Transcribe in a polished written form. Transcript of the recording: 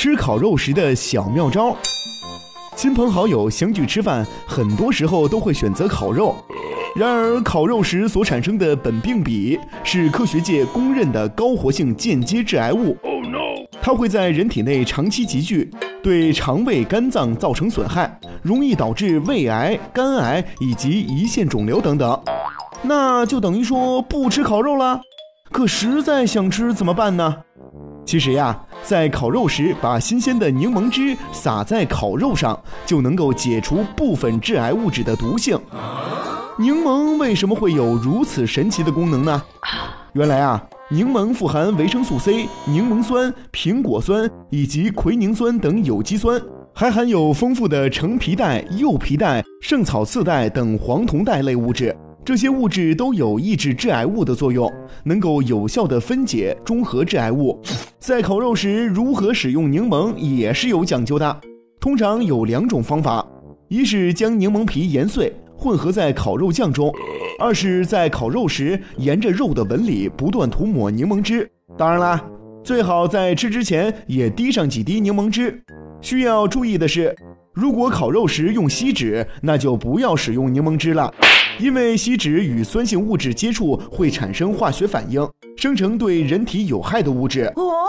吃烤肉时的小妙招。亲朋好友相聚吃饭，很多时候都会选择烤肉。然而，烤肉时所产生的苯并芘是科学界公认的高活性间接致癌物。它会在人体内长期集聚，对肠胃、肝脏造成损害，容易导致胃癌、肝癌以及胰腺肿瘤等等。那就等于说不吃烤肉了？可实在想吃怎么办呢？其实呀，在烤肉时把新鲜的柠檬汁撒在烤肉上，就能够解除部分致癌物质的毒性。柠檬为什么会有如此神奇的功能呢？原来啊，柠檬富含维生素 C、柠檬酸、苹果酸以及奎宁酸等有机酸，还含有丰富的橙皮带、柚皮带、圣草刺带等黄酮带类物质。这些物质都有抑制致癌物的作用，能够有效地分解、中和致癌物。在烤肉时，如何使用柠檬也是有讲究的。通常有2种方法：一是将柠檬皮研碎，混合在烤肉酱中；二是在烤肉时沿着肉的纹理不断涂抹柠檬汁。当然啦，最好在吃之前也滴上几滴柠檬汁。需要注意的是，如果烤肉时用锡纸，那就不要使用柠檬汁了，因为锡纸与酸性物质接触会产生化学反应，生成对人体有害的物质。